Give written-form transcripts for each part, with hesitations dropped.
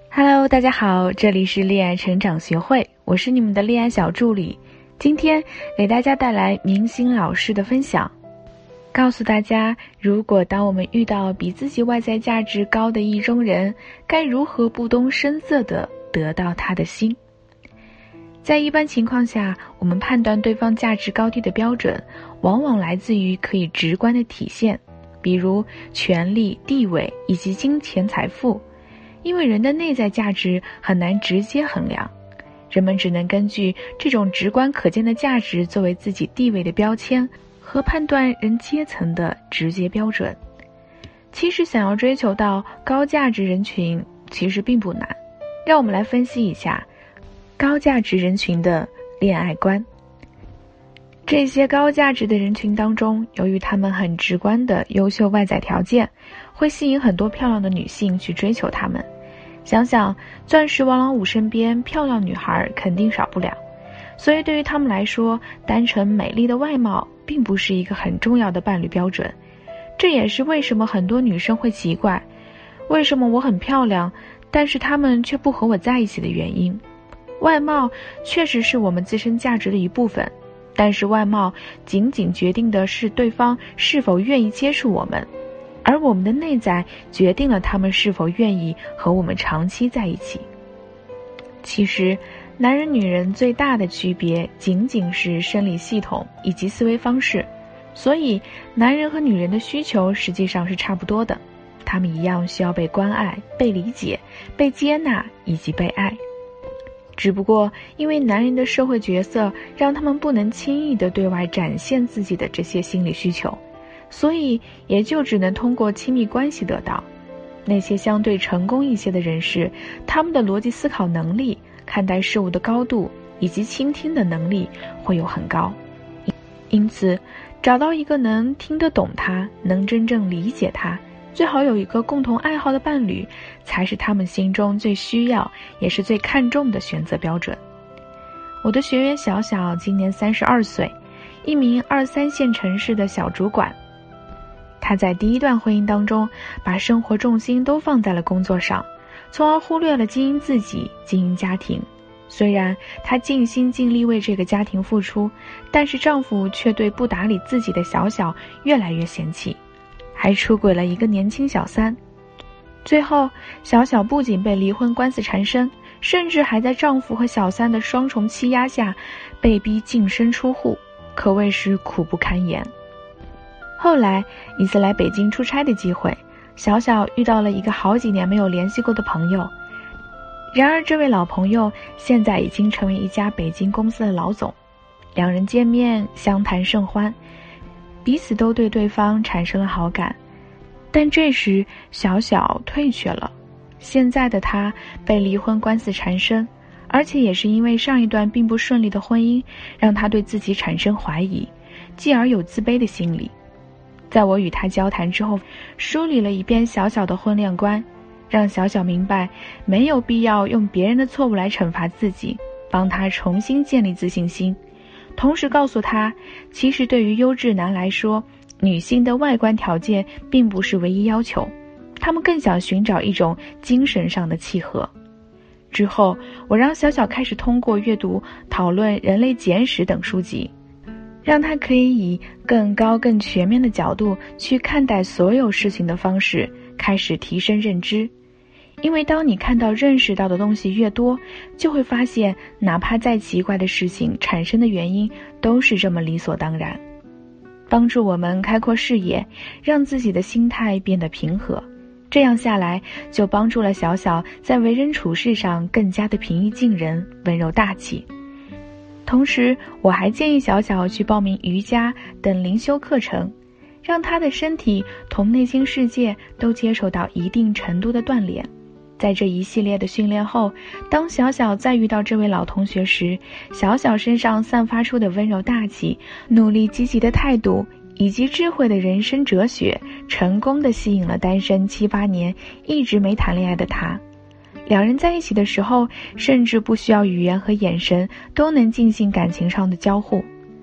Hello， 大家好，这里是恋爱成长学会，我是你们的恋爱小助理。今天给大家带来明星老师的分享，告诉大家，如果当我们遇到比自己外在价值高的意中人，该如何不动声色地得到他的心。在一般情况下，我们判断对方价值高低的标准，往往来自于可以直观的体现，比如权力、地位以及金钱财富。因为人的内在价值很难直接衡量，人们只能根据这种直观可见的价值作为自己地位的标签和判断人阶层的直接标准。其实想要追求到高价值人群其实并不难，让我们来分析一下高价值人群的恋爱观。这些高价值的人群当中，由于他们很直观的优秀外在条件，会吸引很多漂亮的女性去追求他们。想想钻石王老五身边漂亮女孩肯定少不了，所以对于他们来说，单纯美丽的外貌并不是一个很重要的伴侣标准。这也是为什么很多女生会奇怪，为什么我很漂亮，但是他们却不和我在一起的原因。外貌确实是我们自身价值的一部分，但是外貌仅仅决定的是对方是否愿意接触我们，而我们的内在决定了他们是否愿意和我们长期在一起。其实男人女人最大的区别仅仅是生理系统以及思维方式，所以男人和女人的需求实际上是差不多的，他们一样需要被关爱、被理解、被接纳以及被爱。只不过因为男人的社会角色让他们不能轻易地对外展现自己的这些心理需求，所以也就只能通过亲密关系得到。那些相对成功一些的人士，他们的逻辑思考能力、看待事物的高度以及倾听的能力会有很高，因此找到一个能听得懂他、能真正理解他，最好有一个共同爱好的伴侣，才是他们心中最需要也是最看重的选择标准。我的学员小小今年32岁，一名2、3线城市的小主管。他在第一段婚姻当中，把生活重心都放在了工作上，从而忽略了经营自己、经营家庭。虽然她尽心尽力为这个家庭付出，但是丈夫却对不打理自己的小小越来越嫌弃，还出轨了一个年轻小三。最后小小不仅被离婚官司缠身，甚至还在丈夫和小三的双重欺压下被逼净身出户，可谓是苦不堪言。后来一次来北京出差的机会，小小遇到了一个好几年没有联系过的朋友，然而这位老朋友现在已经成为一家北京公司的老总，两人见面相谈甚欢，彼此都对对方产生了好感。但这时小小退却了，现在的他被离婚官司缠身，而且也是因为上一段并不顺利的婚姻，让他对自己产生怀疑，继而有自卑的心理。在我与他交谈之后，梳理了一遍小小的婚恋观，让小小明白没有必要用别人的错误来惩罚自己，帮他重新建立自信心。同时告诉他，其实对于优质男来说，女性的外观条件并不是唯一要求，他们更想寻找一种精神上的契合。之后我让小小开始通过阅读讨论人类简史等书籍，让他可以以更高更全面的角度去看待所有事情的方式，开始提升认知。因为当你看到认识到的东西越多，就会发现哪怕再奇怪的事情产生的原因都是这么理所当然。帮助我们开阔视野，让自己的心态变得平和，这样下来就帮助了小小在为人处事上更加的平易近人、温柔大气。同时我还建议小小去报名瑜伽等灵修课程，让他的身体同内心世界都接受到一定程度的锻炼。在这一系列的训练后，当小小再遇到这位老同学时，小小身上散发出的温柔大气、努力积极的态度以及智慧的人生哲学，成功地吸引了单身7、8年一直没谈恋爱的他。两人在一起的时候，甚至不需要语言和眼神都能进行感情上的交互。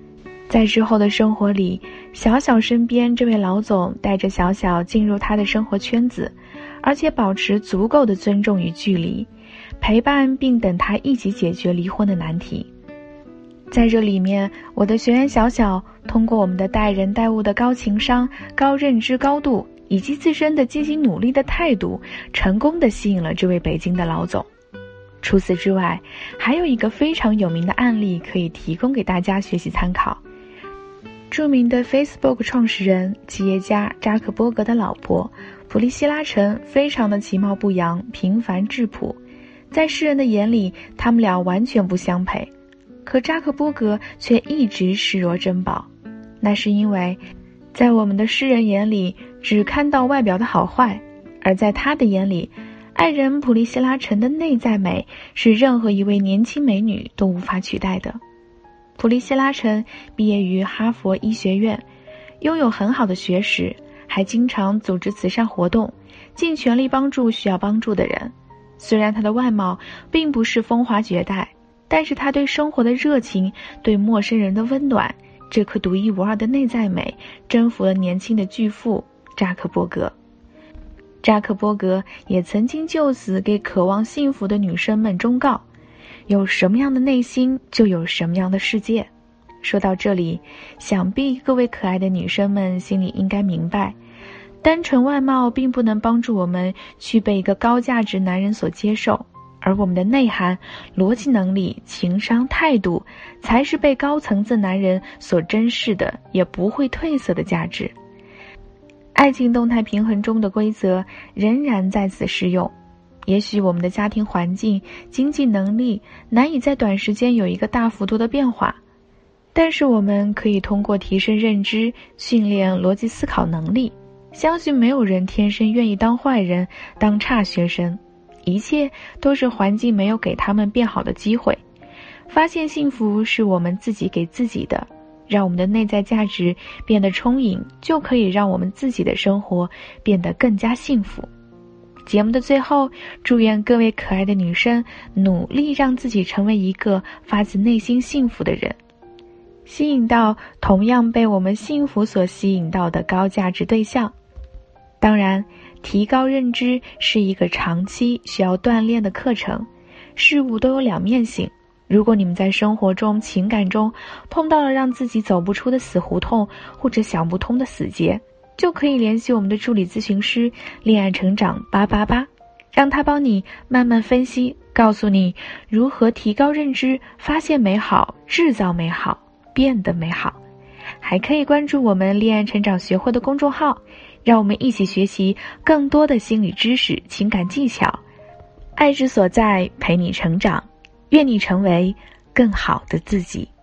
在之后的生活里，小小身边这位老总带着小小进入他的生活圈子，而且保持足够的尊重与距离，陪伴并等他一起解决离婚的难题。在这里面，我的学员小小通过我们的待人待物的高情商、高认知高度以及自身的积极努力的态度，成功地吸引了这位北京的老总。除此之外，还有一个非常有名的案例可以提供给大家学习参考。著名的 Facebook 创始人、企业家扎克伯格的老婆普利希拉陈非常的其貌不扬、平凡质朴，在世人的眼里，他们俩完全不相配。可扎克伯格却一直视若珍宝，那是因为在我们的世人眼里只看到外表的好坏，而在他的眼里，爱人普利希拉陈的内在美是任何一位年轻美女都无法取代的。普利希拉陈毕业于哈佛医学院，拥有很好的学识，还经常组织慈善活动，尽全力帮助需要帮助的人。虽然她的外貌并不是风华绝代，但是她对生活的热情，对陌生人的温暖，这颗独一无二的内在美，征服了年轻的巨富扎克伯格。扎克伯格也曾经就此给渴望幸福的女生们忠告：有什么样的内心，就有什么样的世界。说到这里，想必各位可爱的女生们心里应该明白，单纯外貌并不能帮助我们去被一个高价值男人所接受，而我们的内涵、逻辑能力、情商、态度，才是被高层次男人所珍视的，也不会褪色的价值。爱情动态平衡中的规则仍然在此适用。也许我们的家庭环境、经济能力难以在短时间有一个大幅度的变化，但是我们可以通过提升认知、训练逻辑思考能力。相信没有人天生愿意当坏人、当差学生，一切都是环境没有给他们变好的机会。发现幸福是我们自己给自己的，让我们的内在价值变得充盈，就可以让我们自己的生活变得更加幸福。节目的最后，祝愿各位可爱的女生努力让自己成为一个发自内心幸福的人，吸引到同样被我们幸福所吸引到的高价值对象。当然，提高认知是一个长期需要锻炼的课程，事物都有两面性。如果你们在生活中、情感中碰到了让自己走不出的死胡同，或者想不通的死结，就可以联系我们的助理咨询师恋爱成长888，让他帮你慢慢分析，告诉你如何提高认知，发现美好，制造美好，变得美好。还可以关注我们恋爱成长学会的公众号，让我们一起学习更多的心理知识、情感技巧。爱之所在，陪你成长，愿你成为更好的自己。